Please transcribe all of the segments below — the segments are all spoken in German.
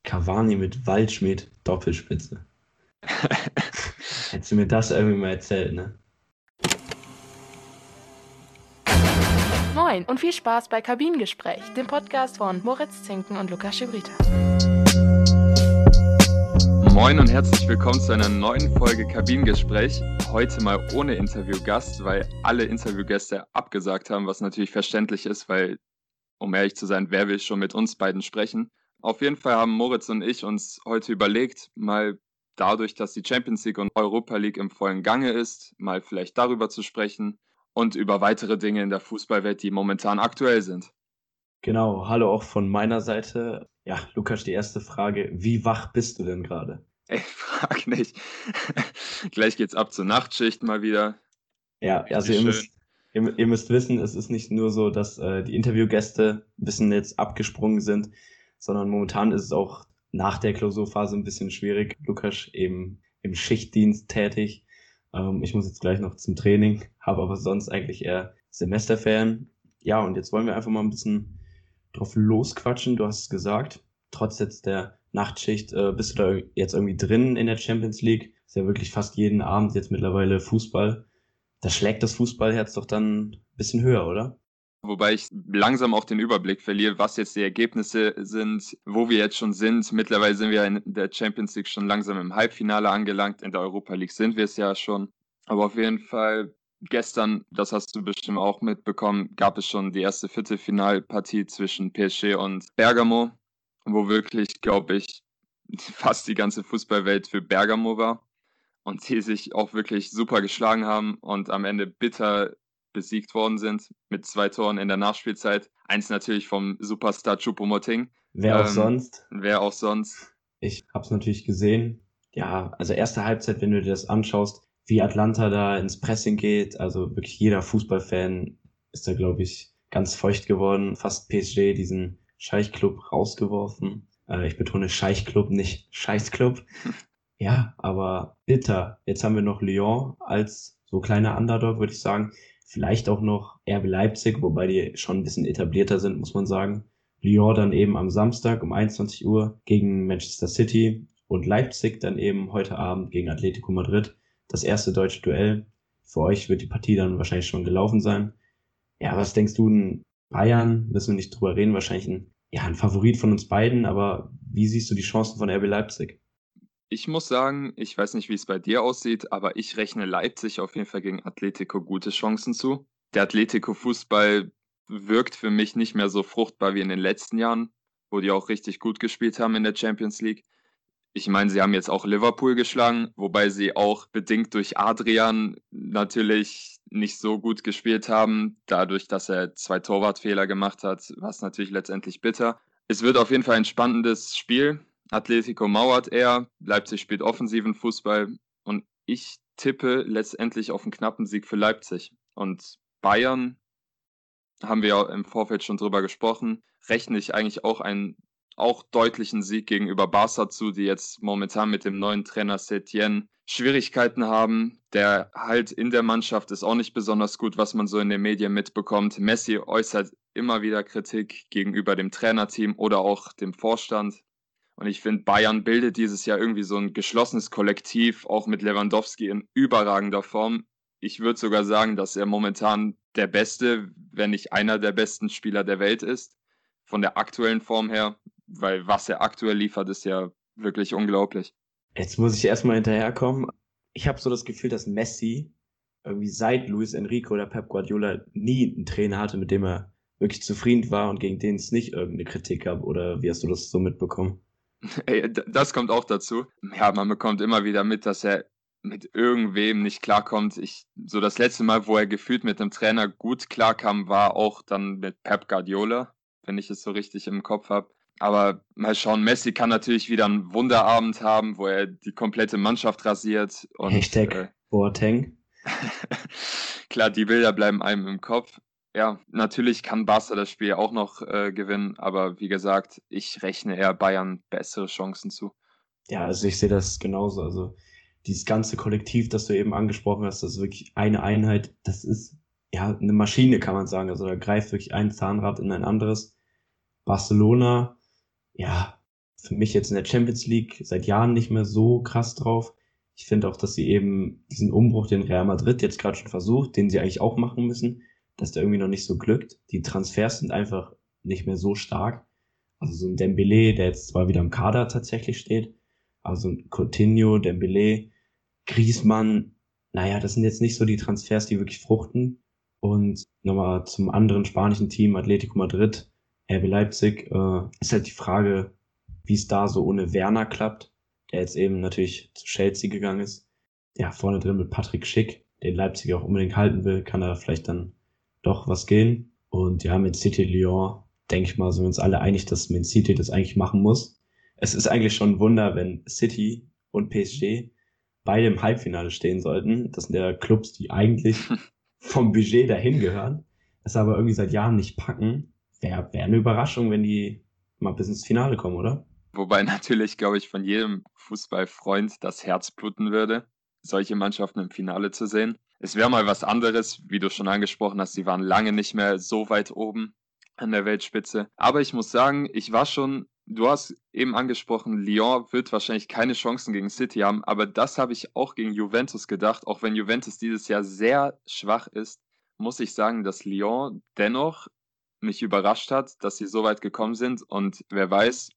Cavani mit Waldschmidt Doppelspitze. Hättest du mir das irgendwie mal erzählt, ne? Moin und viel Spaß bei Kabinengespräch, dem Podcast von Moritz Zinken und Lukas Schibrita. Moin und herzlich willkommen zu einer neuen Folge Kabinengespräch. Heute mal ohne Interviewgast, weil alle Interviewgäste abgesagt haben, was natürlich verständlich ist, weil, um ehrlich zu sein, wer will schon mit uns beiden sprechen? Auf jeden Fall haben Moritz und ich uns heute überlegt, mal dadurch, dass die Champions League und Europa League im vollen Gange ist, mal vielleicht darüber zu sprechen und über weitere Dinge in der Fußballwelt, die momentan aktuell sind. Genau, hallo auch von meiner Seite. Ja, Lukas, die erste Frage, wie wach bist du denn gerade? Ey, frag nicht. Gleich geht's ab zur Nachtschicht mal wieder. Ja, also ihr müsst wissen, es ist nicht nur so, dass die Interviewgäste ein bisschen jetzt abgesprungen sind, sondern momentan ist es auch nach der Klausurphase ein bisschen schwierig. Lukas eben im Schichtdienst tätig. Ich muss jetzt gleich noch zum Training, habe aber sonst eigentlich eher Semesterferien. Ja, und jetzt wollen wir einfach mal ein bisschen drauf losquatschen. Du hast es gesagt, trotz jetzt der Nachtschicht bist du da jetzt irgendwie drin in der Champions League. Ist ja wirklich fast jeden Abend jetzt mittlerweile Fußball. Da schlägt das Fußballherz doch dann ein bisschen höher, oder? Wobei ich langsam auch den Überblick verliere, was jetzt die Ergebnisse sind, wo wir jetzt schon sind. Mittlerweile sind wir in der Champions League schon langsam im Halbfinale angelangt. In der Europa League sind wir es ja schon. Aber auf jeden Fall gestern, das hast du bestimmt auch mitbekommen, gab es schon die erste Viertelfinalpartie zwischen PSG und Bergamo, wo wirklich, glaube ich, fast die ganze Fußballwelt für Bergamo war. Und die sich auch wirklich super geschlagen haben und am Ende bitter besiegt worden sind mit 2 Toren in der Nachspielzeit. Eins natürlich vom Superstar Choupo-Moting. Wer auch sonst? Wer auch sonst. Ich habe es natürlich gesehen. Ja, also erste Halbzeit, wenn du dir das anschaust, wie Atlanta da ins Pressing geht, also wirklich jeder Fußballfan ist da, glaube ich, ganz feucht geworden. Fast PSG diesen Scheichclub rausgeworfen. Ich betone Scheichclub, nicht Scheißclub. Ja, aber bitter. Jetzt haben wir noch Lyon als so kleiner Underdog, würde ich sagen. Vielleicht auch noch RB Leipzig, wobei die schon ein bisschen etablierter sind, muss man sagen. Lyon dann eben am Samstag um 21 Uhr gegen Manchester City und Leipzig dann eben heute Abend gegen Atletico Madrid. Das erste deutsche Duell. Für euch wird die Partie dann wahrscheinlich schon gelaufen sein. Ja, was denkst du denn? Bayern, müssen wir nicht drüber reden, wahrscheinlich ein Favorit von uns beiden, aber wie siehst du die Chancen von RB Leipzig? Ich muss sagen, ich weiß nicht, wie es bei dir aussieht, aber ich rechne Leipzig auf jeden Fall gegen Atletico gute Chancen zu. Der Atletico-Fußball wirkt für mich nicht mehr so fruchtbar wie in den letzten Jahren, wo die auch richtig gut gespielt haben in der Champions League. Ich meine, sie haben jetzt auch Liverpool geschlagen, wobei sie auch bedingt durch Adrian natürlich nicht so gut gespielt haben. Dadurch, dass er 2 Torwartfehler gemacht hat, war es natürlich letztendlich bitter. Es wird auf jeden Fall ein spannendes Spiel. Atletico mauert eher, Leipzig spielt offensiven Fußball und ich tippe letztendlich auf einen knappen Sieg für Leipzig. Und Bayern, haben wir ja im Vorfeld schon drüber gesprochen, rechne ich eigentlich auch einen auch deutlichen Sieg gegenüber Barca zu, die jetzt momentan mit dem neuen Trainer Setien Schwierigkeiten haben. Der Halt in der Mannschaft ist auch nicht besonders gut, was man so in den Medien mitbekommt. Messi äußert immer wieder Kritik gegenüber dem Trainerteam oder auch dem Vorstand. Und ich finde, Bayern bildet dieses Jahr irgendwie so ein geschlossenes Kollektiv, auch mit Lewandowski in überragender Form. Ich würde sogar sagen, dass er momentan der beste, wenn nicht einer der besten Spieler der Welt ist, von der aktuellen Form her, weil was er aktuell liefert, ist ja wirklich unglaublich. Jetzt muss ich erstmal hinterherkommen. Ich habe so das Gefühl, dass Messi irgendwie seit Luis Enrique oder Pep Guardiola nie einen Trainer hatte, mit dem er wirklich zufrieden war und gegen den es nicht irgendeine Kritik gab. Oder wie hast du das so mitbekommen? Ey, das kommt auch dazu. Ja, man bekommt immer wieder mit, dass er mit irgendwem nicht klarkommt. So das letzte Mal, wo er gefühlt mit einem Trainer gut klarkam, war auch dann mit Pep Guardiola, wenn ich es so richtig im Kopf habe. Aber mal schauen, Messi kann natürlich wieder einen Wunderabend haben, wo er die komplette Mannschaft rasiert. Und, Hashtag Boateng. Klar, die Bilder bleiben einem im Kopf. Ja, natürlich kann Barca das Spiel auch noch gewinnen, aber wie gesagt, ich rechne eher Bayern bessere Chancen zu. Ja, also ich sehe das genauso. Also dieses ganze Kollektiv, das du eben angesprochen hast, das ist wirklich eine Einheit. Das ist ja eine Maschine, kann man sagen. Also da greift wirklich ein Zahnrad in ein anderes. Barcelona, ja, für mich jetzt in der Champions League seit Jahren nicht mehr so krass drauf. Ich finde auch, dass sie eben diesen Umbruch, den Real Madrid jetzt gerade schon versucht, den sie eigentlich auch machen müssen, dass der irgendwie noch nicht so glückt. Die Transfers sind einfach nicht mehr so stark. Also so ein Dembélé, der jetzt zwar wieder im Kader tatsächlich steht, aber so ein Coutinho, Dembélé, Griezmann, naja, das sind jetzt nicht so die Transfers, die wirklich fruchten. Und nochmal zum anderen spanischen Team, Atletico Madrid, RB Leipzig, ist halt die Frage, wie es da so ohne Werner klappt, der jetzt eben natürlich zu Chelsea gegangen ist. Ja, vorne drin mit Patrick Schick, den Leipzig auch unbedingt halten will, kann da vielleicht dann doch was gehen. Und ja, mit City Lyon, denke ich mal, sind wir uns alle einig, dass Man City das eigentlich machen muss. Es ist eigentlich schon ein Wunder, wenn City und PSG beide im Halbfinale stehen sollten. Das sind ja Clubs, die eigentlich vom Budget dahin gehören, es aber irgendwie seit Jahren nicht packen. Wäre eine Überraschung, wenn die mal bis ins Finale kommen, oder? Wobei natürlich, glaube ich, von jedem Fußballfreund das Herz bluten würde, solche Mannschaften im Finale zu sehen. Es wäre mal was anderes, wie du schon angesprochen hast, sie waren lange nicht mehr so weit oben an der Weltspitze. Aber ich muss sagen, du hast eben angesprochen, Lyon wird wahrscheinlich keine Chancen gegen City haben, aber das habe ich auch gegen Juventus gedacht. Auch wenn Juventus dieses Jahr sehr schwach ist, muss ich sagen, dass Lyon dennoch mich überrascht hat, dass sie so weit gekommen sind. Und wer weiß,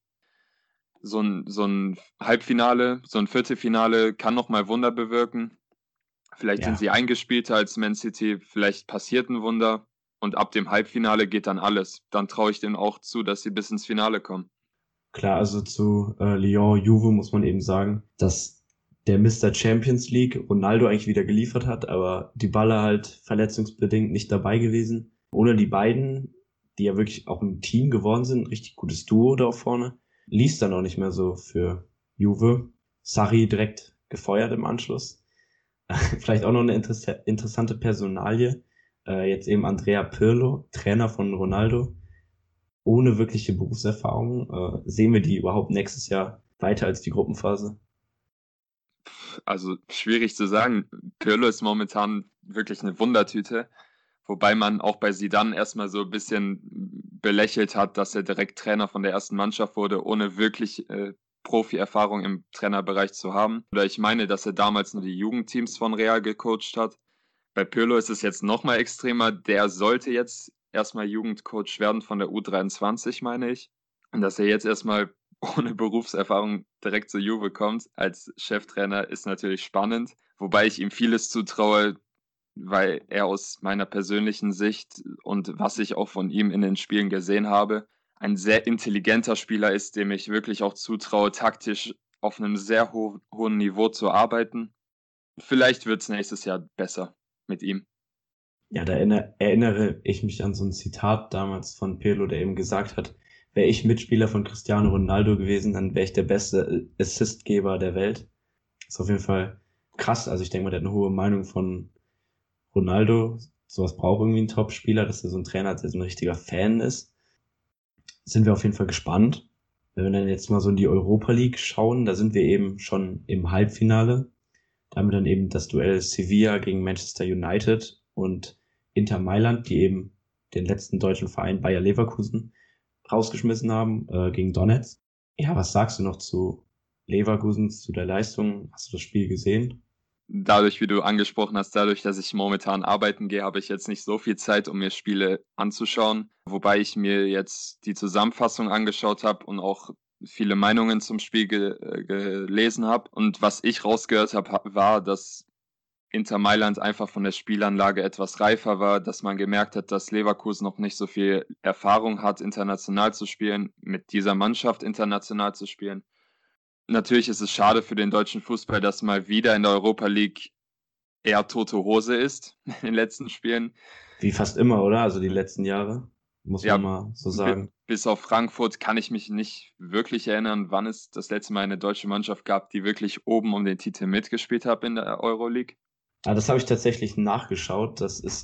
so ein Halbfinale, so ein Viertelfinale kann nochmal Wunder bewirken. Vielleicht sind sie eingespielter als Man City, vielleicht passiert ein Wunder und ab dem Halbfinale geht dann alles. Dann traue ich denen auch zu, dass sie bis ins Finale kommen. Klar, also zu Lyon, Juve muss man eben sagen, dass der Mr. Champions League Ronaldo eigentlich wieder geliefert hat, aber Dybala halt verletzungsbedingt nicht dabei gewesen. Ohne die beiden, die ja wirklich auch ein Team geworden sind, ein richtig gutes Duo da vorne, lief dann auch nicht mehr so für Juve. Sarri direkt gefeuert im Anschluss. Vielleicht auch noch eine interessante Personalie. Jetzt eben Andrea Pirlo, Trainer von Ronaldo. Ohne wirkliche Berufserfahrung. Sehen wir die überhaupt nächstes Jahr weiter als die Gruppenphase? Also schwierig zu sagen. Pirlo ist momentan wirklich eine Wundertüte. Wobei man auch bei Zidane erstmal so ein bisschen belächelt hat, dass er direkt Trainer von der ersten Mannschaft wurde, ohne wirklich Profi-Erfahrung im Trainerbereich zu haben. Oder ich meine, dass er damals nur die Jugendteams von Real gecoacht hat. Bei Pirlo ist es jetzt nochmal extremer. Der sollte jetzt erstmal Jugendcoach werden von der U23, meine ich. Und dass er jetzt erstmal ohne Berufserfahrung direkt zur Juve kommt als Cheftrainer, ist natürlich spannend. Wobei ich ihm vieles zutraue, weil er aus meiner persönlichen Sicht und was ich auch von ihm in den Spielen gesehen habe, ein sehr intelligenter Spieler ist, dem ich wirklich auch zutraue, taktisch auf einem sehr hohen Niveau zu arbeiten. Vielleicht wird es nächstes Jahr besser mit ihm. Ja, da erinnere ich mich an so ein Zitat damals von Pirlo, der eben gesagt hat, wäre ich Mitspieler von Cristiano Ronaldo gewesen, dann wäre ich der beste Assistgeber der Welt. Ist auf jeden Fall krass. Also ich denke mal, der hat eine hohe Meinung von Ronaldo. Sowas braucht irgendwie ein Top-Spieler, dass er so einen Trainer hat, der so ein richtiger Fan ist. Sind wir auf jeden Fall gespannt. Wenn wir dann jetzt mal so in die Europa League schauen, da sind wir eben schon im Halbfinale. Da haben wir dann eben das Duell Sevilla gegen Manchester United und Inter Mailand, die eben den letzten deutschen Verein Bayer Leverkusen rausgeschmissen haben, gegen Donetsk. Ja, was sagst du noch zu Leverkusen, zu der Leistung? Hast du das Spiel gesehen? Dadurch, wie du angesprochen hast, dadurch, dass ich momentan arbeiten gehe, habe ich jetzt nicht so viel Zeit, um mir Spiele anzuschauen. Wobei ich mir jetzt die Zusammenfassung angeschaut habe und auch viele Meinungen zum Spiel gelesen habe. Und was ich rausgehört habe, war, dass Inter Mailand einfach von der Spielanlage etwas reifer war, dass man gemerkt hat, dass Leverkusen noch nicht so viel Erfahrung hat, international zu spielen, mit dieser Mannschaft international zu spielen. Natürlich ist es schade für den deutschen Fußball, dass mal wieder in der Europa League eher tote Hose ist in den letzten Spielen. Wie fast immer, oder? Also die letzten Jahre, muss Ja, man mal so sagen. Bis auf Frankfurt kann ich mich nicht wirklich erinnern, wann es das letzte Mal eine deutsche Mannschaft gab, die wirklich oben um den Titel mitgespielt hat in der Euroleague. Ah, das habe ich tatsächlich nachgeschaut. Das ist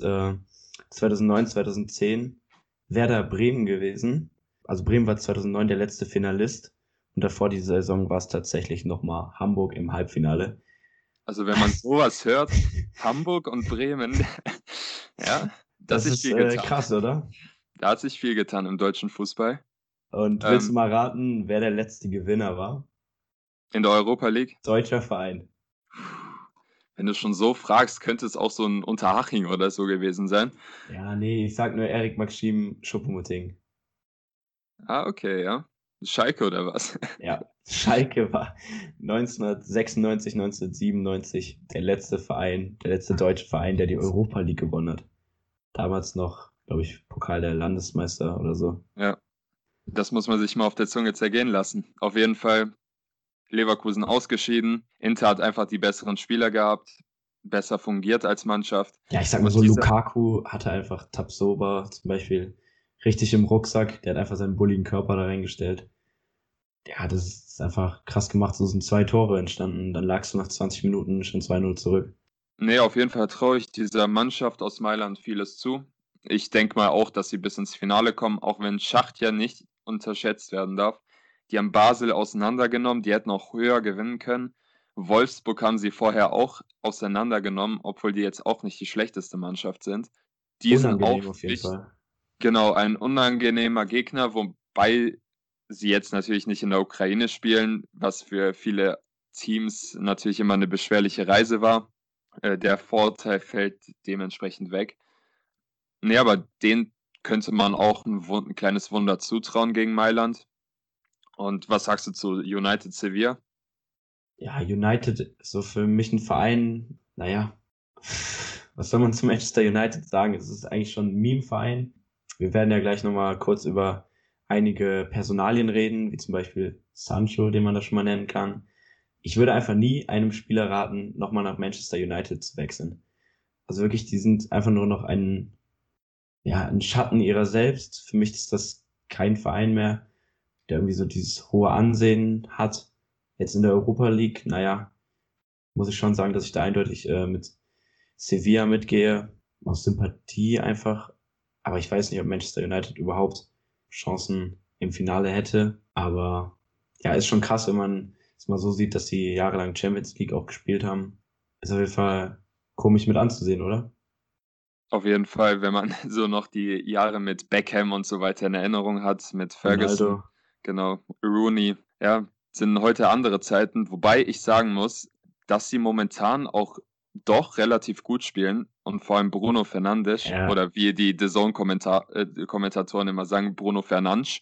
2009, 2010 Werder Bremen gewesen. Also Bremen war 2009 der letzte Finalist. Und davor diese Saison war es tatsächlich nochmal Hamburg im Halbfinale. Also wenn man sowas hört, Hamburg und Bremen, ja, das ist viel getan. Krass, oder? Da hat sich viel getan im deutschen Fußball. Und willst du mal raten, wer der letzte Gewinner war? In der Europa League? Deutscher Verein. Wenn du schon so fragst, könnte es auch so ein Unterhaching oder so gewesen sein. Ja, nee, ich sag nur Erik Maxim Choupo-Moting. Ah, okay, ja. Schalke oder was? Ja, Schalke war 1996, 1997 der letzte deutsche Verein, der die Europa League gewonnen hat. Damals noch, glaube ich, Pokal der Landesmeister oder so. Ja, das muss man sich mal auf der Zunge zergehen lassen. Auf jeden Fall Leverkusen ausgeschieden. Inter hat einfach die besseren Spieler gehabt, besser fungiert als Mannschaft. Ja, ich sag mal so, Lukaku hatte einfach Tapsoba zum Beispiel richtig im Rucksack. Der hat einfach seinen bulligen Körper da reingestellt. Ja, das ist einfach krass gemacht. So sind 2 Tore entstanden. Dann lagst du nach 20 Minuten schon 2-0 zurück. Nee, auf jeden Fall traue ich dieser Mannschaft aus Mailand vieles zu. Ich denke mal auch, dass sie bis ins Finale kommen, auch wenn Schacht ja nicht unterschätzt werden darf. Die haben Basel auseinandergenommen, die hätten auch höher gewinnen können. Wolfsburg haben sie vorher auch auseinandergenommen, obwohl die jetzt auch nicht die schlechteste Mannschaft sind. Die sind auch auf jeden Fall. Genau, ein unangenehmer Gegner, wobei sie jetzt natürlich nicht in der Ukraine spielen, was für viele Teams natürlich immer eine beschwerliche Reise war. Der Vorteil fällt dementsprechend weg. Nee, aber denen könnte man auch ein kleines Wunder zutrauen gegen Mailand. Und was sagst du zu United Sevilla? Ja, United ist so für mich ein Verein, naja, was soll man zu Manchester United sagen? Es ist eigentlich schon ein Meme-Verein. Wir werden ja gleich nochmal kurz über einige Personalien reden, wie zum Beispiel Sancho, den man da schon mal nennen kann. Ich würde einfach nie einem Spieler raten, nochmal nach Manchester United zu wechseln. Also wirklich, die sind einfach nur noch ein Schatten ihrer selbst. Für mich ist das kein Verein mehr, der irgendwie so dieses hohe Ansehen hat. Jetzt in der Europa League, naja, muss ich schon sagen, dass ich da eindeutig mit Sevilla mitgehe, aus Sympathie einfach. Aber ich weiß nicht, ob Manchester United überhaupt Chancen im Finale hätte. Aber ja, ist schon krass, wenn man es mal so sieht, dass sie jahrelang Champions League auch gespielt haben. Ist auf jeden Fall komisch mit anzusehen, oder? Auf jeden Fall, wenn man so noch die Jahre mit Beckham und so weiter in Erinnerung hat, mit Ferguson, Ronaldo. genau, Rooney, ja, sind heute andere Zeiten, wobei ich sagen muss, dass sie momentan auch doch relativ gut spielen und vor allem Bruno Fernandes Ja. oder wie die DAZN-Kommentatoren immer sagen, Bruno Fernandes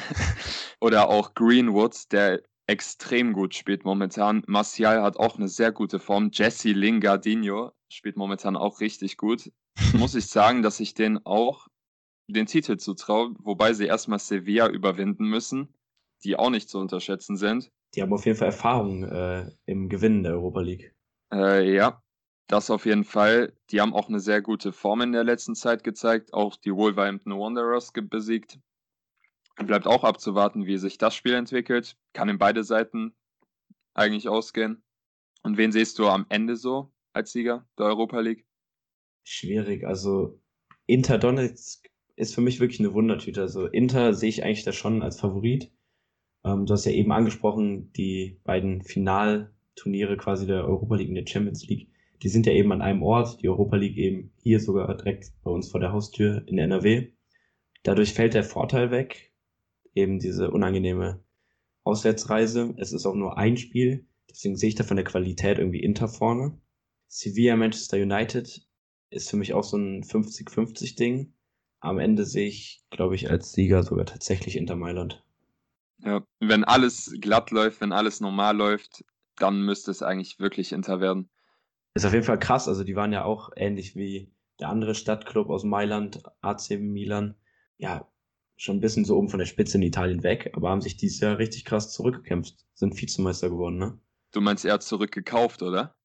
oder auch Greenwood, der extrem gut spielt momentan. Martial hat auch eine sehr gute Form. Jesse Lingardinho spielt momentan auch richtig gut. Muss ich sagen, dass ich denen auch den Titel zutraue, wobei sie erstmal Sevilla überwinden müssen, die auch nicht zu unterschätzen sind. Die haben auf jeden Fall Erfahrung im Gewinnen der Europa League. Ja, das auf jeden Fall. Die haben auch eine sehr gute Form in der letzten Zeit gezeigt, auch die Wolverhampton Wanderers besiegt. Bleibt auch abzuwarten, wie sich das Spiel entwickelt. Kann in beide Seiten eigentlich ausgehen. Und wen siehst du am Ende so als Sieger der Europa League? Schwierig. Also Inter Donetsk ist für mich wirklich eine Wundertüte. Also Inter sehe ich eigentlich da schon als Favorit. Du hast ja eben angesprochen, die beiden Finalturniere quasi der Europa League und der Champions League, die sind ja eben an einem Ort. Die Europa League eben hier sogar direkt bei uns vor der Haustür in NRW. Dadurch fällt der Vorteil weg, eben diese unangenehme Auswärtsreise. Es ist auch nur ein Spiel, deswegen sehe ich da von der Qualität irgendwie Inter vorne. Sevilla, Manchester United ist für mich auch so ein 50-50-Ding. Am Ende sehe ich, glaube ich, als Sieger sogar tatsächlich Inter Mailand. Ja, wenn alles glatt läuft, wenn alles normal läuft, dann müsste es eigentlich wirklich Inter werden. Ist auf jeden Fall krass. Also die waren ja auch ähnlich wie der andere Stadtclub aus Mailand, AC Milan. Ja, schon ein bisschen so oben von der Spitze in Italien weg, aber haben sich dieses Jahr richtig krass zurückgekämpft. Sind Vizemeister geworden, ne? Du meinst, er hat zurückgekauft, oder?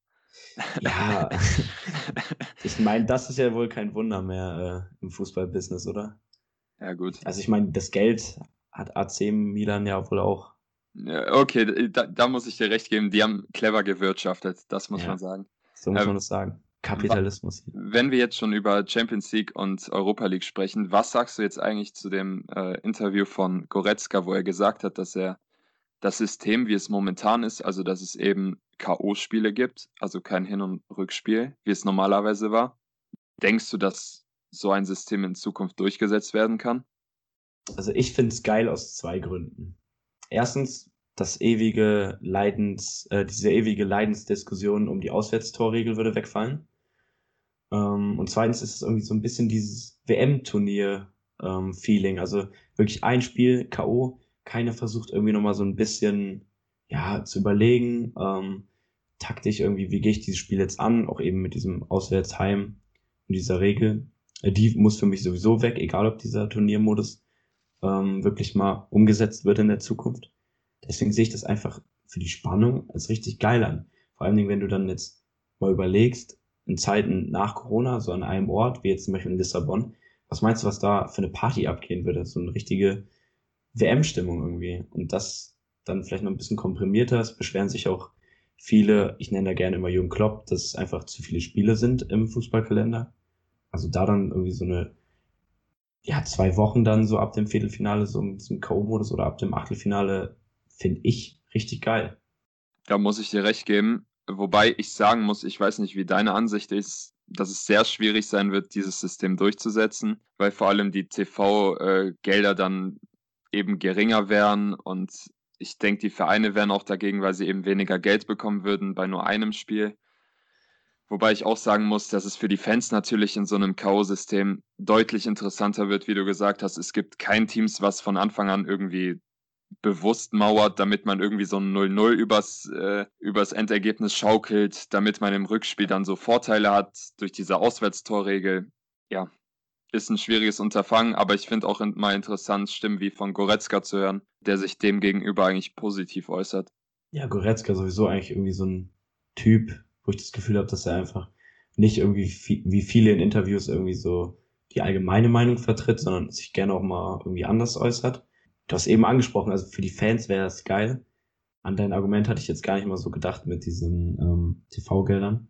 Ja, ich meine, das ist ja wohl kein Wunder mehr im Fußballbusiness, oder? Ja, gut. Also ich meine, das Geld hat AC Milan ja wohl auch. Ja, okay, da muss ich dir recht geben. Die haben clever gewirtschaftet, das muss Ja. man sagen. So muss man das sagen. Kapitalismus. Wenn wir jetzt schon über Champions League und Europa League sprechen, was sagst du jetzt eigentlich zu dem Interview von Goretzka, wo er gesagt hat, dass er das System, wie es momentan ist, also dass es eben K.O.-Spiele gibt, also kein Hin- und Rückspiel, wie es normalerweise war. Denkst du, dass so ein System in Zukunft durchgesetzt werden kann? Also ich finde es geil aus 2 Gründen. Erstens, diese ewige Leidensdiskussion um die Auswärtstorregel würde wegfallen. Und zweitens ist es irgendwie so ein bisschen dieses WM-Turnier-Feeling. Also wirklich ein Spiel, K.O., keiner versucht irgendwie nochmal so ein bisschen, ja, zu überlegen, taktisch irgendwie, wie gehe ich dieses Spiel jetzt an, auch eben mit diesem Auswärtsheim und dieser Regel. Die muss für mich sowieso weg, egal ob dieser Turniermodus wirklich mal umgesetzt wird in der Zukunft. Deswegen sehe ich das einfach für die Spannung als richtig geil an. Vor allen Dingen, wenn du dann jetzt mal überlegst, in Zeiten nach Corona, so an einem Ort, wie jetzt zum Beispiel in Lissabon, was meinst du, was da für eine Party abgehen würde? So eine richtige WM-Stimmung irgendwie. Und das dann vielleicht noch ein bisschen komprimierter. Es beschweren sich auch viele, ich nenne da gerne immer Jürgen Klopp, dass es einfach zu viele Spiele sind im Fußballkalender. Also da dann irgendwie so eine, ja, 2 Wochen dann so ab dem Viertelfinale, so mit diesem K.O.-Modus oder ab dem Achtelfinale, finde ich richtig geil. Da muss ich dir recht geben. Wobei ich sagen muss, ich weiß nicht, wie deine Ansicht ist, dass es sehr schwierig sein wird, dieses System durchzusetzen, weil vor allem die TV-Gelder dann eben geringer wären und ich denke, die Vereine wären auch dagegen, weil sie eben weniger Geld bekommen würden bei nur einem Spiel. Wobei ich auch sagen muss, dass es für die Fans natürlich in so einem K.O.-System deutlich interessanter wird, wie du gesagt hast. Es gibt kein Teams, was von Anfang an irgendwie bewusst mauert, damit man irgendwie so ein 0-0 übers Endergebnis schaukelt, damit man im Rückspiel dann so Vorteile hat durch diese Auswärtstorregel. Ja, ist ein schwieriges Unterfangen, aber ich finde auch mal interessant, Stimmen wie von Goretzka zu hören, der sich dem gegenüber eigentlich positiv äußert. Ja, Goretzka sowieso eigentlich irgendwie so ein Typ, wo ich das Gefühl habe, dass er einfach nicht irgendwie wie viele in Interviews irgendwie so die allgemeine Meinung vertritt, sondern sich gerne auch mal irgendwie anders äußert. Du hast eben angesprochen, also für die Fans wäre das geil. An dein Argument hatte ich jetzt gar nicht mal so gedacht mit diesen TV-Geldern.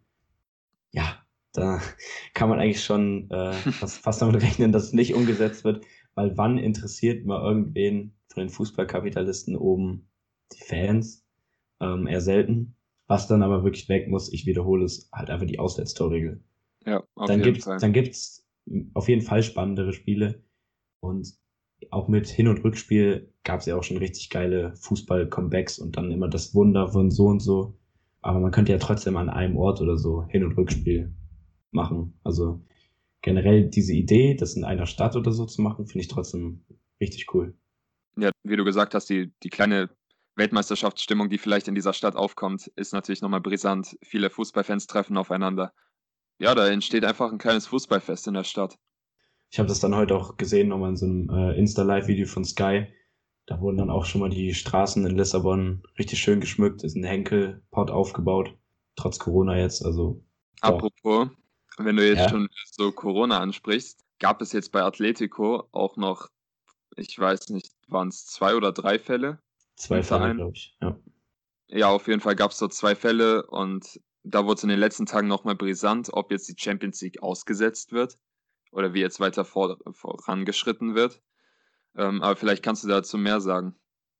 Ja, da kann man eigentlich schon fast damit rechnen, dass es nicht umgesetzt wird, weil wann interessiert mal irgendwen von den Fußballkapitalisten oben die Fans? Eher selten. Was dann aber wirklich weg muss, ich wiederhole es, halt einfach die Auswärtstorregel. Ja, auf jeden Fall. Dann gibt's auf jeden Fall spannendere Spiele und auch mit Hin- und Rückspiel gab's ja auch schon richtig geile Fußball-Comebacks und dann immer das Wunder von so und so. Aber man könnte ja trotzdem an einem Ort oder so Hin- und Rückspiel machen. Also generell diese Idee, das in einer Stadt oder so zu machen, finde ich trotzdem richtig cool. Ja, wie du gesagt hast, die kleine Weltmeisterschaftsstimmung, die vielleicht in dieser Stadt aufkommt, ist natürlich nochmal brisant. Viele Fußballfans treffen aufeinander. Ja, da entsteht einfach ein kleines Fußballfest in der Stadt. Ich habe das dann heute auch gesehen, nochmal in so einem Insta-Live-Video von Sky. Da wurden dann auch schon mal die Straßen in Lissabon richtig schön geschmückt, ist ein Henkel-Pott aufgebaut, trotz Corona jetzt, also doch. Apropos, wenn du jetzt Ja. schon so Corona ansprichst, gab es jetzt bei Atletico auch noch, ich weiß nicht, waren es 2 oder 3 Fälle 2 im Fälle, Verein? glaube ich. Ja. Ja, auf jeden Fall gab es dort 2 Fälle und da wurde es in den letzten Tagen nochmal brisant, ob jetzt die Champions League ausgesetzt wird oder wie jetzt weiter vorangeschritten wird. Aber vielleicht kannst du dazu mehr sagen.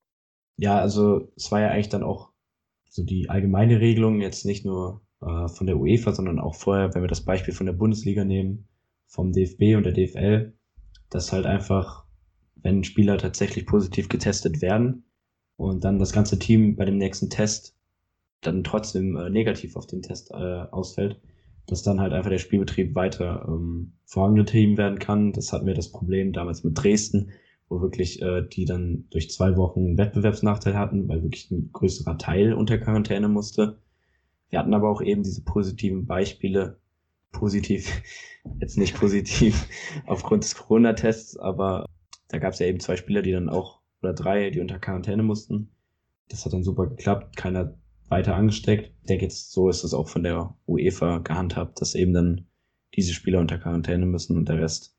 Ja, also es war ja eigentlich dann auch so die allgemeine Regelung, jetzt nicht nur von der UEFA, sondern auch vorher, wenn wir das Beispiel von der Bundesliga nehmen, vom DFB und der DFL, dass halt einfach, wenn Spieler tatsächlich positiv getestet werden und dann das ganze Team bei dem nächsten Test dann trotzdem negativ auf den Test ausfällt, dass dann halt einfach der Spielbetrieb weiter vorangetrieben werden kann. Das hatten wir das Problem damals mit Dresden, wo wirklich die dann durch 2 Wochen einen Wettbewerbsnachteil hatten, weil wirklich ein größerer Teil unter Quarantäne musste. Wir hatten aber auch eben diese positiven Beispiele, positiv, jetzt nicht positiv aufgrund des Corona-Tests, aber da gab es ja eben 2 Spieler, die dann auch, oder 3, die unter Quarantäne mussten. Das hat dann super geklappt, keiner weiter angesteckt. Ich denke jetzt, so ist es auch von der UEFA gehandhabt, dass eben dann diese Spieler unter Quarantäne müssen und der Rest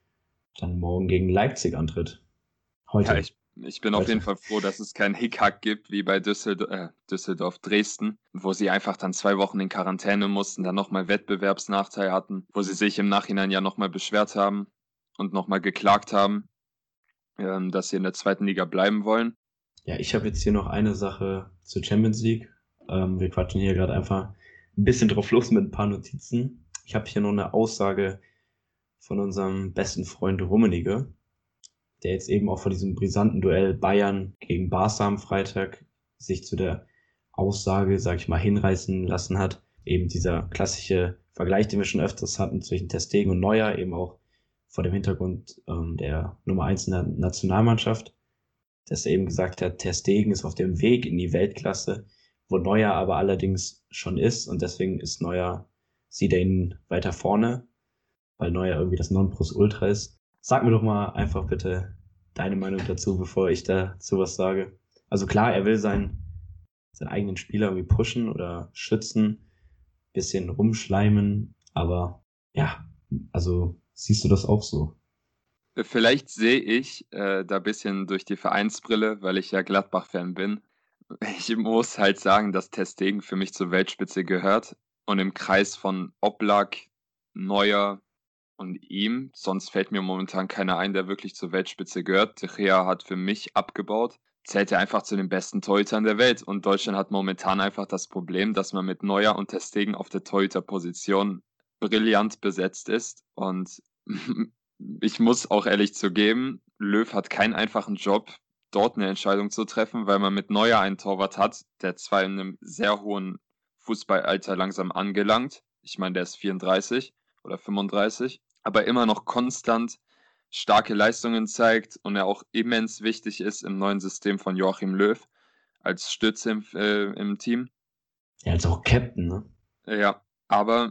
dann morgen gegen Leipzig antritt. Heute. Ja, ich bin auf jeden Fall froh, dass es keinen Hickhack gibt wie bei Düsseldorf, Dresden, wo sie einfach dann 2 Wochen in Quarantäne mussten, dann nochmal Wettbewerbsnachteil hatten, wo sie sich im Nachhinein ja nochmal beschwert haben und nochmal geklagt haben, dass sie in der 2. Liga bleiben wollen. Ja, ich habe jetzt hier noch eine Sache zur Champions League. Wir quatschen hier gerade einfach ein bisschen drauf los mit ein paar Notizen. Ich habe hier noch eine Aussage von unserem besten Freund Rummenigge. der jetzt eben auch vor diesem brisanten Duell Bayern gegen Barca am Freitag sich zu der Aussage, sag ich mal, hinreißen lassen hat. Eben dieser klassische Vergleich, den wir schon öfters hatten zwischen Ter Stegen und Neuer, eben auch vor dem Hintergrund der Nummer 1 in der Nationalmannschaft, dass er eben gesagt hat, Ter Stegen ist auf dem Weg in die Weltklasse, wo Neuer aber allerdings schon ist, und deswegen ist Neuer, sieht er ihn weiter vorne, weil Neuer irgendwie das Nonplusultra ist. Sag mir doch mal einfach bitte deine Meinung dazu, bevor ich dazu was sage. Also klar, er will seinen eigenen Spieler irgendwie pushen oder schützen, bisschen rumschleimen, aber ja, also siehst du das auch so? Vielleicht sehe ich da ein bisschen durch die Vereinsbrille, weil ich ja Gladbach-Fan bin. Ich muss halt sagen, dass Ter Stegen für mich zur Weltspitze gehört und im Kreis von Oblak, Neuer und ihm, sonst fällt mir momentan keiner ein, der wirklich zur Weltspitze gehört. De Gea hat für mich abgebaut, zählt er einfach zu den besten Torhütern der Welt, und Deutschland hat momentan einfach das Problem, dass man mit Neuer und Ter Stegen auf der Torhüterposition brillant besetzt ist, und ich muss auch ehrlich zugeben, Löw hat keinen einfachen Job, dort eine Entscheidung zu treffen, weil man mit Neuer einen Torwart hat, der zwar in einem sehr hohen Fußballalter langsam angelangt, ich meine, der ist 34 oder 35, aber immer noch konstant starke Leistungen zeigt und er auch immens wichtig ist im neuen System von Joachim Löw als Stütze im Team. Ja, als auch Captain, ne? Ja, aber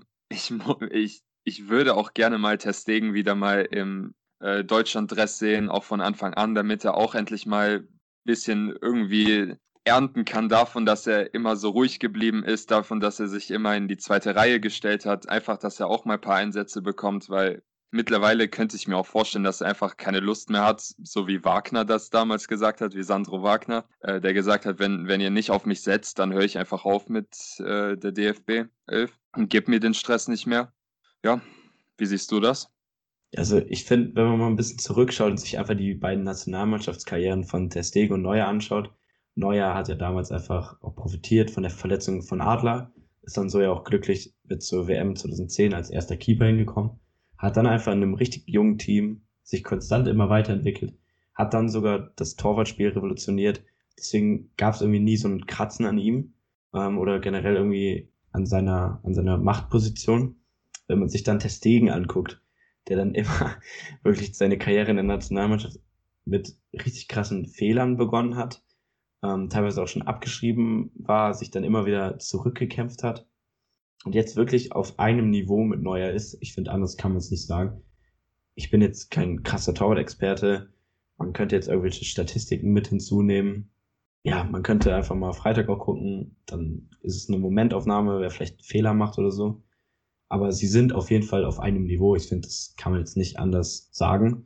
ich würde auch gerne mal Ter Stegen wieder mal im Deutschland-Dress sehen, auch von Anfang an, damit er auch endlich mal ein bisschen irgendwie ernten kann davon, dass er immer so ruhig geblieben ist, davon, dass er sich immer in die zweite Reihe gestellt hat. Einfach, dass er auch mal ein paar Einsätze bekommt, weil mittlerweile könnte ich mir auch vorstellen, dass er einfach keine Lust mehr hat, so wie Wagner das damals gesagt hat, wie Sandro Wagner, der gesagt hat, wenn ihr nicht auf mich setzt, dann höre ich einfach auf mit der DFB 11 und gib mir den Stress nicht mehr. Ja, wie siehst du das? Also ich finde, wenn man mal ein bisschen zurückschaut und sich einfach die beiden Nationalmannschaftskarrieren von Ter Stegen und Neuer anschaut, Neuer hat ja damals einfach auch profitiert von der Verletzung von Adler, ist dann so ja auch glücklich mit zur WM 2010 als erster Keeper hingekommen, hat dann einfach in einem richtig jungen Team sich konstant immer weiterentwickelt, hat dann sogar das Torwartspiel revolutioniert, deswegen gab es irgendwie nie so ein Kratzen an ihm oder generell irgendwie an seiner Machtposition. Wenn man sich dann Ter Stegen anguckt, der dann immer wirklich seine Karriere in der Nationalmannschaft mit richtig krassen Fehlern begonnen hat, teilweise auch schon abgeschrieben war, sich dann immer wieder zurückgekämpft hat und jetzt wirklich auf einem Niveau mit Neuer ist. Ich finde, anders kann man es nicht sagen. Ich bin jetzt kein krasser Torwart-Experte. Man könnte jetzt irgendwelche Statistiken mit hinzunehmen. Ja, man könnte einfach mal Freitag auch gucken, dann ist es eine Momentaufnahme, wer vielleicht einen Fehler macht oder so. Aber sie sind auf jeden Fall auf einem Niveau. Ich finde, das kann man jetzt nicht anders sagen.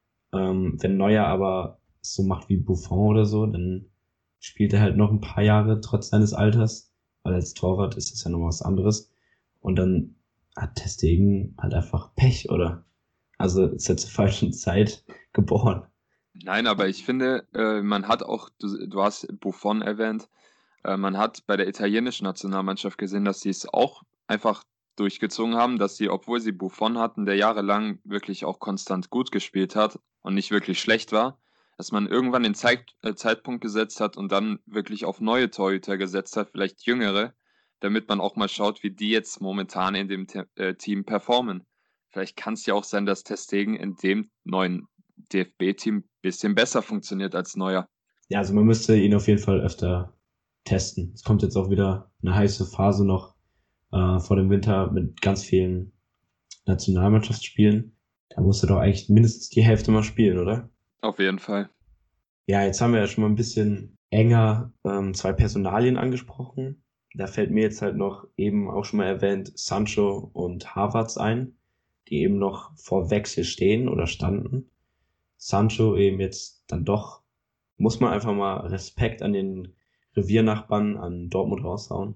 Wenn Neuer aber so macht wie Buffon oder so, dann spielt er halt noch ein paar Jahre trotz seines Alters, weil als Torwart ist das ja noch was anderes. Und dann hat Ter Stegen halt einfach Pech, oder? Also ist er zur falschen Zeit geboren. Nein, aber ich finde, man hat auch, du hast Buffon erwähnt, man hat bei der italienischen Nationalmannschaft gesehen, dass sie es auch einfach durchgezogen haben, dass sie, obwohl sie Buffon hatten, der jahrelang wirklich auch konstant gut gespielt hat und nicht wirklich schlecht war, dass man irgendwann den Zeitpunkt gesetzt hat und dann wirklich auf neue Torhüter gesetzt hat, vielleicht jüngere, damit man auch mal schaut, wie die jetzt momentan in dem Team performen. Vielleicht kann es ja auch sein, dass Ter Stegen in dem neuen DFB-Team ein bisschen besser funktioniert als Neuer. Ja, also man müsste ihn auf jeden Fall öfter testen. Es kommt jetzt auch wieder eine heiße Phase noch vor dem Winter mit ganz vielen Nationalmannschaftsspielen. Da musst du doch eigentlich mindestens die Hälfte mal spielen, oder? Auf jeden Fall. Ja, jetzt haben wir ja schon mal ein bisschen enger zwei Personalien angesprochen. Da fällt mir jetzt halt noch eben auch schon mal erwähnt Sancho und Havertz ein, die eben noch vor Wechsel stehen oder standen. Sancho eben jetzt dann doch, muss man einfach mal Respekt an den Reviernachbarn, an Dortmund raushauen.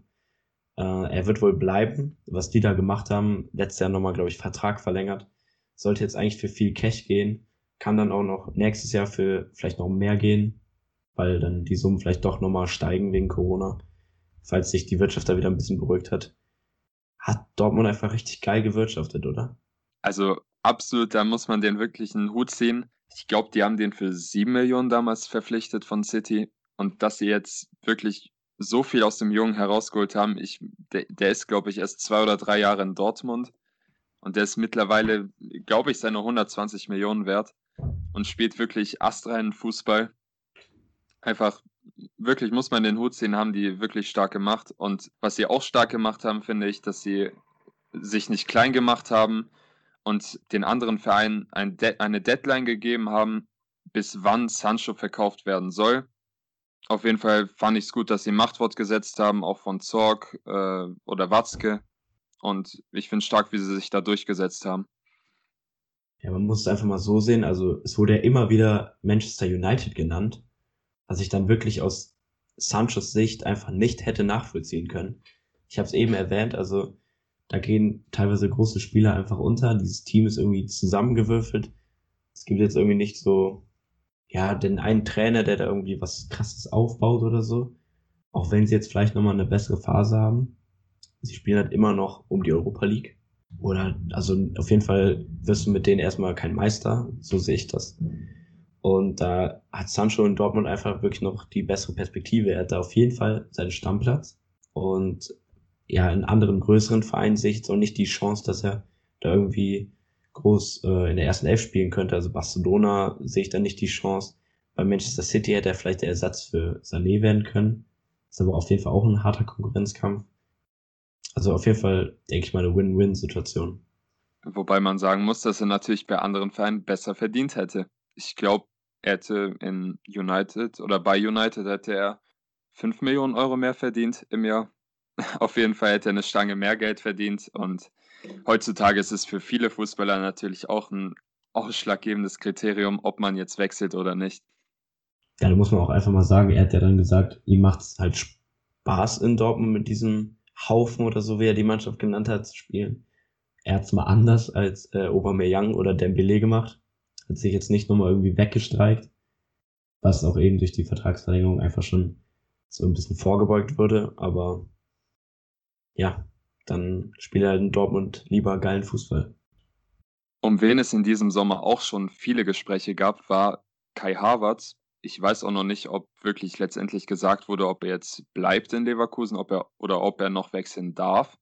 Er wird wohl bleiben, was die da gemacht haben. Letztes Jahr nochmal, glaube ich, Vertrag verlängert. Sollte jetzt eigentlich für viel Cash gehen. Kann dann auch noch nächstes Jahr für vielleicht noch mehr gehen, weil dann die Summen vielleicht doch nochmal steigen wegen Corona, falls sich die Wirtschaft da wieder ein bisschen beruhigt hat. Hat Dortmund einfach richtig geil gewirtschaftet, oder? Also absolut, da muss man den wirklich einen Hut ziehen. Ich glaube, die haben den für 7 Millionen damals verpflichtet von City. Und dass sie jetzt wirklich so viel aus dem Jungen herausgeholt haben, der ist, glaube ich, erst 2 oder 3 Jahre in Dortmund. Und der ist mittlerweile, glaube ich, seine 120 Millionen wert und spielt wirklich astreinen Fußball. Einfach, wirklich muss man den Hut ziehen, haben die wirklich stark gemacht. Und was sie auch stark gemacht haben, finde ich, dass sie sich nicht klein gemacht haben und den anderen Vereinen eine Deadline gegeben haben, bis wann Sancho verkauft werden soll. Auf jeden Fall fand ich es gut, dass sie Machtwort gesetzt haben, auch von Zorc oder Watzke. Und ich finde stark, wie sie sich da durchgesetzt haben. Ja, man muss es einfach mal so sehen. Also es wurde ja immer wieder Manchester United genannt, was ich dann wirklich aus Sanchos Sicht einfach nicht hätte nachvollziehen können. Ich habe es eben erwähnt, also da gehen teilweise große Spieler einfach unter. Dieses Team ist irgendwie zusammengewürfelt. Es gibt jetzt irgendwie nicht so, ja, den einen Trainer, der da irgendwie was Krasses aufbaut oder so. Auch wenn sie jetzt vielleicht nochmal eine bessere Phase haben. Sie spielen halt immer noch um die Europa League. Oder, also auf jeden Fall wirst du mit denen erstmal kein Meister. So sehe ich das. Und da hat Sancho in Dortmund einfach wirklich noch die bessere Perspektive. Er hat da auf jeden Fall seinen Stammplatz. Und ja, in anderen größeren Vereinen sehe ich jetzt auch nicht die Chance, dass er da irgendwie groß in der ersten Elf spielen könnte. Also Barcelona sehe ich da nicht die Chance. Bei Manchester City hätte er vielleicht der Ersatz für Sané werden können. Ist aber auf jeden Fall auch ein harter Konkurrenzkampf. Also auf jeden Fall, denke ich mal, eine Win-Win-Situation. Wobei man sagen muss, dass er natürlich bei anderen Vereinen besser verdient hätte. Ich glaube, er hätte in United oder bei United hätte er 5 Millionen Euro mehr verdient im Jahr. Auf jeden Fall hätte er eine Stange mehr Geld verdient. Und heutzutage ist es für viele Fußballer natürlich auch ein ausschlaggebendes Kriterium, ob man jetzt wechselt oder nicht. Ja, da muss man auch einfach mal sagen, er hat ja dann gesagt, ihm macht es halt Spaß in Dortmund mit diesem Haufen oder so, wie er die Mannschaft genannt hat, zu spielen. Er hat es mal anders als Aubameyang oder Dembélé gemacht. Hat sich jetzt nicht nochmal irgendwie weggestreikt, was auch eben durch die Vertragsverlängerung einfach schon so ein bisschen vorgebeugt wurde. Aber ja, dann spielt er halt in Dortmund lieber geilen Fußball. Um wen es in diesem Sommer auch schon viele Gespräche gab, war Kai Havertz. Ich weiß auch noch nicht, ob wirklich letztendlich gesagt wurde, ob er jetzt bleibt in Leverkusen, ob er noch wechseln darf.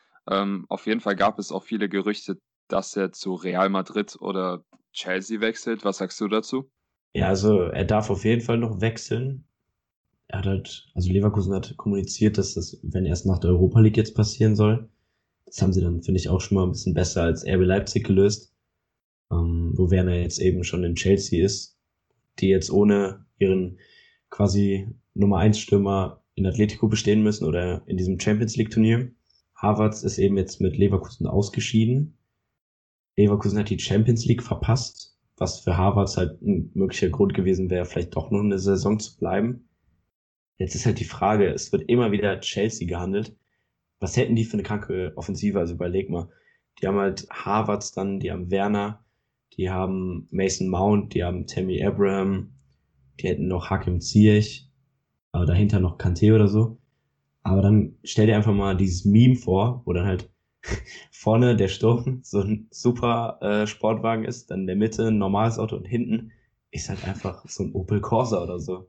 Auf jeden Fall gab es auch viele Gerüchte, dass er zu Real Madrid oder Chelsea wechselt. Was sagst du dazu? Ja, also er darf auf jeden Fall noch wechseln. Er hat halt, also Leverkusen hat kommuniziert, dass das, wenn erst nach der Europa League jetzt passieren soll. Das haben sie dann, finde ich, auch schon mal ein bisschen besser als RB Leipzig gelöst. Wo Werner jetzt eben schon in Chelsea ist, die jetzt ohne ihren quasi Nummer 1 Stürmer in Atletico bestehen müssen oder in diesem Champions League Turnier. Havertz ist eben jetzt mit Leverkusen ausgeschieden. Leverkusen hat die Champions League verpasst, was für Havertz halt ein möglicher Grund gewesen wäre, vielleicht doch noch eine Saison zu bleiben. Jetzt ist halt die Frage, es wird immer wieder Chelsea gehandelt. Was hätten die für eine kranke Offensive? Also überleg mal. Die haben halt Havertz dann, die haben Werner, die haben Mason Mount, die haben Tammy Abraham, die hätten noch Hakim Ziyech, aber dahinter noch Kanté oder so. Aber dann stell dir einfach mal dieses Meme vor, wo dann halt vorne der Sturm so ein super Sportwagen ist, dann in der Mitte ein normales Auto und hinten ist halt einfach so ein Opel Corsa oder so.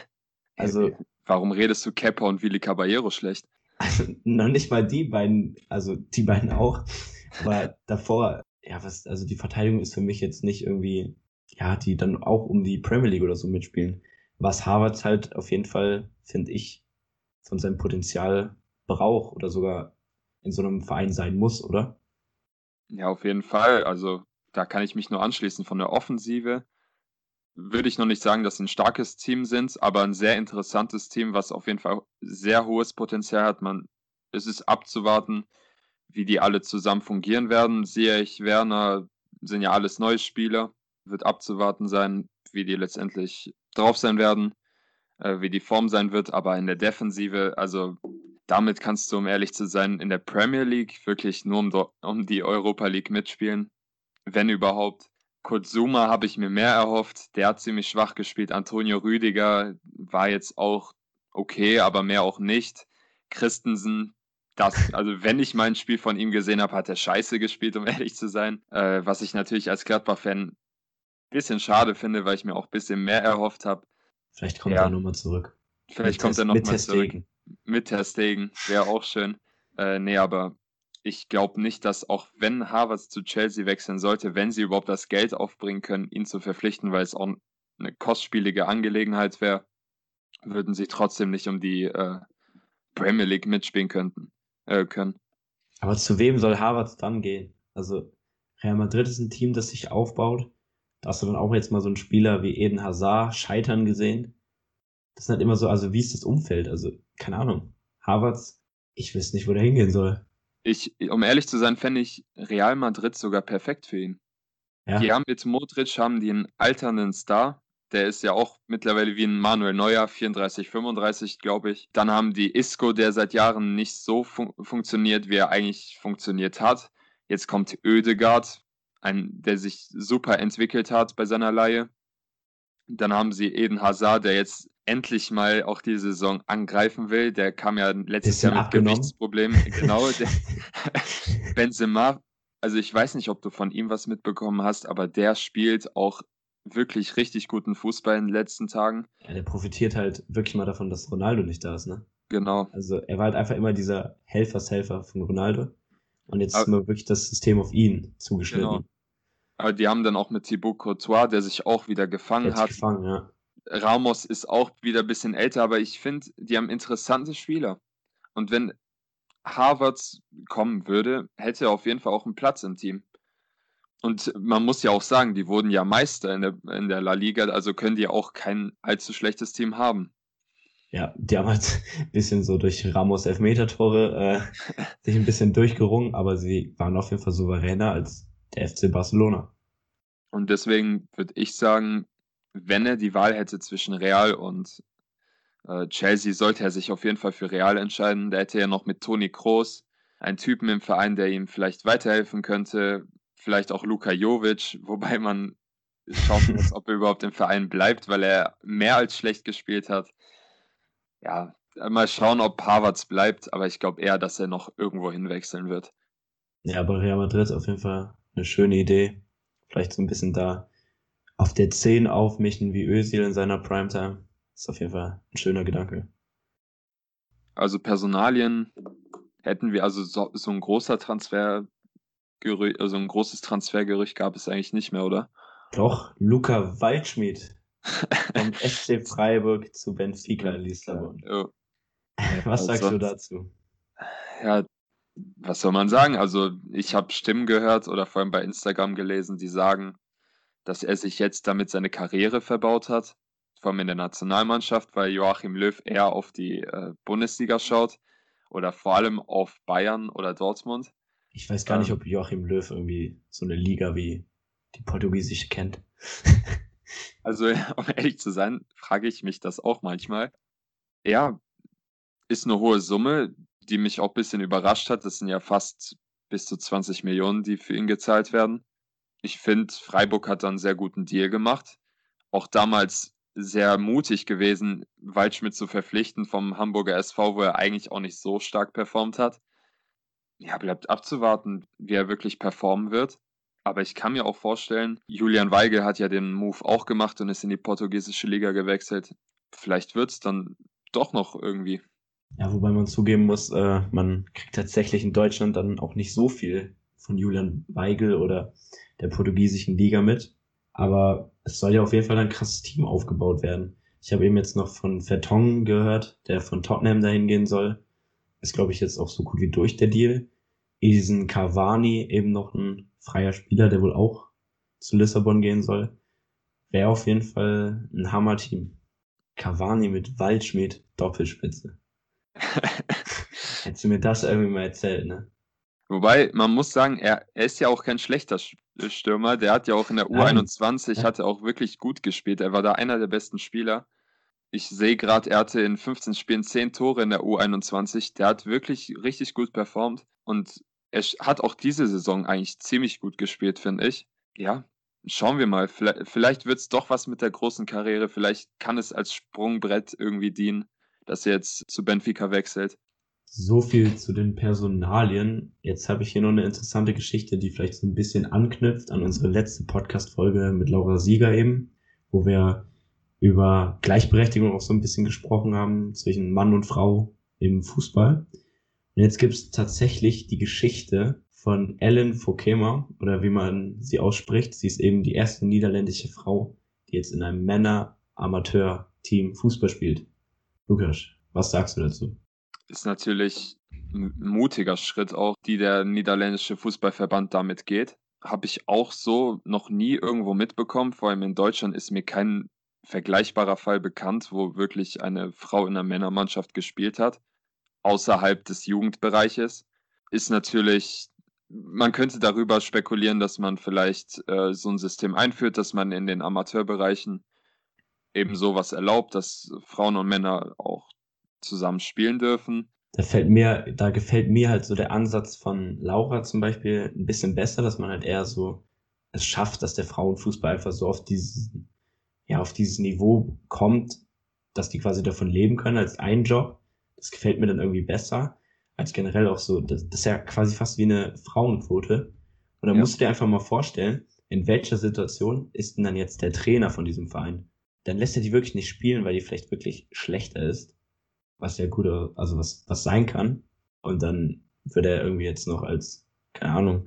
Also, Warum redest du Kepa und Willy Caballero schlecht? also noch nicht mal die beiden, also die beiden auch, aber davor, ja, also die Verteidigung ist für mich jetzt nicht irgendwie, ja, die dann auch um die Premier League oder so mitspielen. Was Harvard halt auf jeden Fall, finde ich, von seinem Potenzial braucht oder sogar in so einem Verein sein muss, oder? Ja, auf jeden Fall. Also da kann ich mich nur anschließen. Von der Offensive würde ich noch nicht sagen, dass sie ein starkes Team sind, aber ein sehr interessantes Team, was auf jeden Fall sehr hohes Potenzial hat. Es ist abzuwarten, wie die alle zusammen fungieren werden. Ziyech, Werner sind ja alles neue Spieler. Wird abzuwarten sein, wie die letztendlich drauf sein werden, wie die Form sein wird. Aber in der Defensive, also damit kannst du, um ehrlich zu sein, in der Premier League wirklich nur um die Europa League mitspielen, wenn überhaupt. Kurt Zouma habe ich mir mehr erhofft. Der hat ziemlich schwach gespielt. Antonio Rüdiger war jetzt auch okay, aber mehr auch nicht. Christensen, also wenn ich mal ein Spiel von ihm gesehen habe, hat er scheiße gespielt, um ehrlich zu sein. Was ich natürlich als Gladbach-Fan bisschen schade finde, weil ich mir auch ein bisschen mehr erhofft habe. Vielleicht kommt er nochmal zurück. Vielleicht kommt er nochmal zurück. Stegen. Mit Ter Stegen, wäre auch schön. Nee, aber ich glaube nicht, dass auch wenn Havertz zu Chelsea wechseln sollte, wenn sie überhaupt das Geld aufbringen können, ihn zu verpflichten, weil es auch eine kostspielige Angelegenheit wäre, würden sie trotzdem nicht um die Premier League mitspielen können. Aber zu wem soll Havertz dann gehen? Also Real Madrid ist ein Team, das sich aufbaut. Da hast du dann auch jetzt mal so einen Spieler wie Eden Hazard scheitern gesehen. Das ist halt immer so, also wie ist das Umfeld? Also, keine Ahnung. Havertz, ich weiß nicht, wo der hingehen soll. Um ehrlich zu sein, fände ich Real Madrid sogar perfekt für ihn. Ja. Die haben mit Modric die einen alternden Star. Der ist ja auch mittlerweile wie ein Manuel Neuer, 34, 35, glaube ich. Dann haben die Isco, der seit Jahren nicht so funktioniert, wie er eigentlich funktioniert hat. Jetzt kommt Ødegaard, der sich super entwickelt hat bei seiner Leihe. Dann haben sie Eden Hazard, der jetzt endlich mal auch die Saison angreifen will. Der kam ja letztes Jahr mit Gewichtsproblemen. Genau. Benzema, also ich weiß nicht, ob du von ihm was mitbekommen hast, aber der spielt auch wirklich richtig guten Fußball in den letzten Tagen. Ja, der profitiert halt wirklich mal davon, dass Ronaldo nicht da ist, ne? Genau. Also er war halt einfach immer dieser Helfershelfer von Ronaldo. Und jetzt ist mal wirklich das System auf ihn zugeschnitten. Genau. Aber die haben dann auch mit Thibaut Courtois, der sich auch wieder gefangen hat. Ja. Ramos ist auch wieder ein bisschen älter, aber ich finde, die haben interessante Spieler. Und wenn Havertz kommen würde, hätte er auf jeden Fall auch einen Platz im Team. Und man muss ja auch sagen, die wurden ja Meister in der La Liga, also können die auch kein allzu schlechtes Team haben. Ja, die haben halt ein bisschen so durch Ramos Elfmeter-Tore sich ein bisschen durchgerungen, aber sie waren auf jeden Fall souveräner als der FC Barcelona. Und deswegen würde ich sagen, wenn er die Wahl hätte zwischen Real und Chelsea, sollte er sich auf jeden Fall für Real entscheiden. Da hätte er noch mit Toni Kroos einen Typen im Verein, der ihm vielleicht weiterhelfen könnte. Vielleicht auch Luka Jovic, wobei man schauen muss, ob er überhaupt im Verein bleibt, weil er mehr als schlecht gespielt hat. Ja, mal schauen, ob Havertz bleibt, aber ich glaube eher, dass er noch irgendwo hinwechseln wird. Ja, aber Real Madrid ist auf jeden Fall eine schöne Idee. Vielleicht so ein bisschen da auf der 10 aufmischen wie Özil in seiner Primetime. Ist auf jeden Fall ein schöner Gedanke. Also Personalien hätten wir, also so ein großer Transfergerücht, also ein großes Transfergerücht gab es eigentlich nicht mehr, oder? Doch, Luca Waldschmidt vom FC Freiburg zu Benfica Lissabon. Oh. Was sagst du dazu? Ja, was soll man sagen? Also ich habe Stimmen gehört oder vor allem bei Instagram gelesen, die sagen, dass er sich jetzt damit seine Karriere verbaut hat, vor allem in der Nationalmannschaft, weil Joachim Löw eher auf die Bundesliga schaut oder vor allem auf Bayern oder Dortmund. Ich weiß gar nicht, ob Joachim Löw irgendwie so eine Liga wie die portugiesische kennt. Also, um ehrlich zu sein, frage ich mich das auch manchmal. Ja, ist eine hohe Summe, die mich auch ein bisschen überrascht hat. Das sind ja fast bis zu 20 Millionen, die für ihn gezahlt werden. Ich finde, Freiburg hat da einen sehr guten Deal gemacht. Auch damals sehr mutig gewesen, Waldschmidt zu verpflichten vom Hamburger SV, wo er eigentlich auch nicht so stark performt hat. Ja, bleibt abzuwarten, wie er wirklich performen wird. Aber ich kann mir auch vorstellen, Julian Weigl hat ja den Move auch gemacht und ist in die portugiesische Liga gewechselt. Vielleicht wird es dann doch noch irgendwie. Ja, wobei man zugeben muss, man kriegt tatsächlich in Deutschland dann auch nicht so viel von Julian Weigl oder der portugiesischen Liga mit. Aber es soll ja auf jeden Fall ein krasses Team aufgebaut werden. Ich habe eben jetzt noch von Vertonghen gehört, der von Tottenham dahin gehen soll. Ist, glaube ich, jetzt auch so gut wie durch der Deal. Edinson Cavani, eben noch ein freier Spieler, der wohl auch zu Lissabon gehen soll. Wäre auf jeden Fall ein Hammer-Team. Cavani mit Waldschmidt, Doppelspitze. Hättest du mir das irgendwie mal erzählt, ne? Wobei, man muss sagen, er ist ja auch kein schlechter Stürmer. Der hat ja auch in der U21 hatte auch wirklich gut gespielt. Er war da einer der besten Spieler. Ich sehe gerade, er hatte in 15 Spielen 10 Tore in der U21. Der hat wirklich richtig gut performt. Und er hat auch diese Saison eigentlich ziemlich gut gespielt, finde ich. Ja, schauen wir mal. Vielleicht wird es doch was mit der großen Karriere. Vielleicht kann es als Sprungbrett irgendwie dienen, dass er jetzt zu Benfica wechselt. So viel zu den Personalien. Jetzt habe ich hier noch eine interessante Geschichte, die vielleicht so ein bisschen anknüpft an unsere letzte Podcast-Folge mit Laura Sieger eben, wo wir über Gleichberechtigung auch so ein bisschen gesprochen haben zwischen Mann und Frau im Fußball. Und jetzt gibt es tatsächlich die Geschichte von Ellen Fokema, oder wie man sie ausspricht. Sie ist eben die erste niederländische Frau, die jetzt in einem Männer-Amateur-Team Fußball spielt. Lukas, was sagst du dazu? Ist natürlich ein mutiger Schritt auch, die der niederländische Fußballverband damit geht. Habe ich auch so noch nie irgendwo mitbekommen. Vor allem in Deutschland ist mir kein vergleichbarer Fall bekannt, wo wirklich eine Frau in einer Männermannschaft gespielt hat, außerhalb des Jugendbereiches. Ist natürlich, man könnte darüber spekulieren, dass man vielleicht so ein System einführt, dass man in den Amateurbereichen eben sowas erlaubt, dass Frauen und Männer auch zusammen spielen dürfen. Da gefällt mir halt so der Ansatz von Laura zum Beispiel ein bisschen besser, dass man halt eher so es schafft, dass der Frauenfußball einfach so auf dieses Niveau kommt, dass die quasi davon leben können als ein Job. Das gefällt mir dann irgendwie besser als generell auch so. Das ist ja quasi fast wie eine Frauenquote. Und da musst du dir einfach mal vorstellen, in welcher Situation ist denn dann jetzt der Trainer von diesem Verein? Dann lässt er die wirklich nicht spielen, weil die vielleicht wirklich schlechter ist. Was ja gut, also was sein kann. Und dann wird er irgendwie jetzt noch als, keine Ahnung,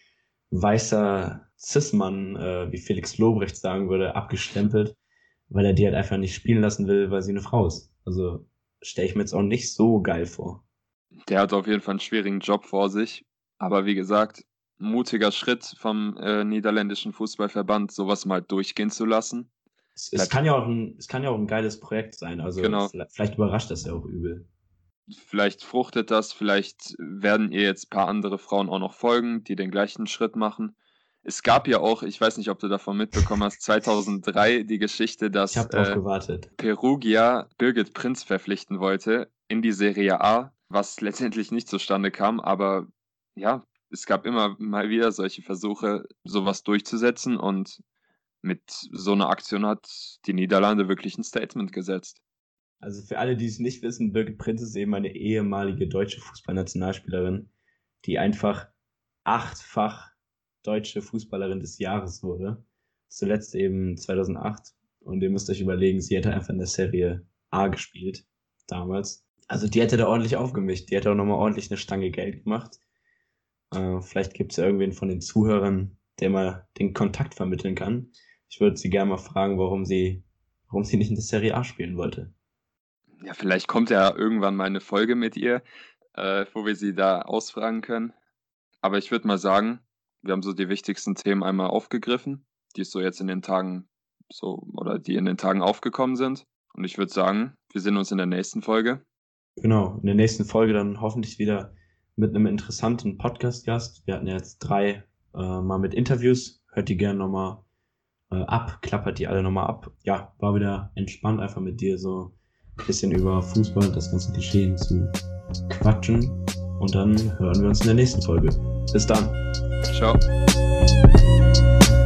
weißer Cis-Mann, wie Felix Lobrecht sagen würde, abgestempelt, weil er die halt einfach nicht spielen lassen will, weil sie eine Frau ist. Also stelle ich mir jetzt auch nicht so geil vor. Der hat auf jeden Fall einen schwierigen Job vor sich. Aber wie gesagt, mutiger Schritt vom niederländischen Fußballverband, sowas mal durchgehen zu lassen. Es kann ja auch ein geiles Projekt sein, also genau. Vielleicht überrascht das ja auch übel. Vielleicht fruchtet das, vielleicht werden ihr jetzt ein paar andere Frauen auch noch folgen, die den gleichen Schritt machen. Es gab ja auch, ich weiß nicht, ob du davon mitbekommen hast, 2003 die Geschichte, dass Ich habe drauf gewartet. Perugia Birgit Prinz verpflichten wollte in die Serie A, was letztendlich nicht zustande kam, aber ja, es gab immer mal wieder solche Versuche, sowas durchzusetzen, und mit so einer Aktion hat die Niederlande wirklich ein Statement gesetzt. Also für alle, die es nicht wissen, Birgit Prinz ist eben eine ehemalige deutsche Fußballnationalspielerin, die einfach 8-fach deutsche Fußballerin des Jahres wurde. Zuletzt eben 2008. Und ihr müsst euch überlegen, sie hätte einfach in der Serie A gespielt damals. Also die hätte da ordentlich aufgemischt. Die hätte auch nochmal ordentlich eine Stange Geld gemacht. Vielleicht gibt es ja irgendwen von den Zuhörern, der mal den Kontakt vermitteln kann. Ich würde sie gerne mal fragen, warum sie nicht in der Serie A spielen wollte. Ja, vielleicht kommt ja irgendwann mal eine Folge mit ihr, wo wir sie da ausfragen können. Aber ich würde mal sagen, wir haben so die wichtigsten Themen einmal aufgegriffen, die es so jetzt in den Tagen die in den Tagen aufgekommen sind. Und ich würde sagen, wir sehen uns in der nächsten Folge. Genau, in der nächsten Folge dann hoffentlich wieder mit einem interessanten Podcast-Gast. Wir hatten ja jetzt 3 mal mit Interviews. Hört die gerne nochmal ab, klappert die alle nochmal ab. Ja, war wieder entspannt, einfach mit dir so ein bisschen über Fußball, das ganze Geschehen zu quatschen. Und dann hören wir uns in der nächsten Folge. Bis dann. Ciao.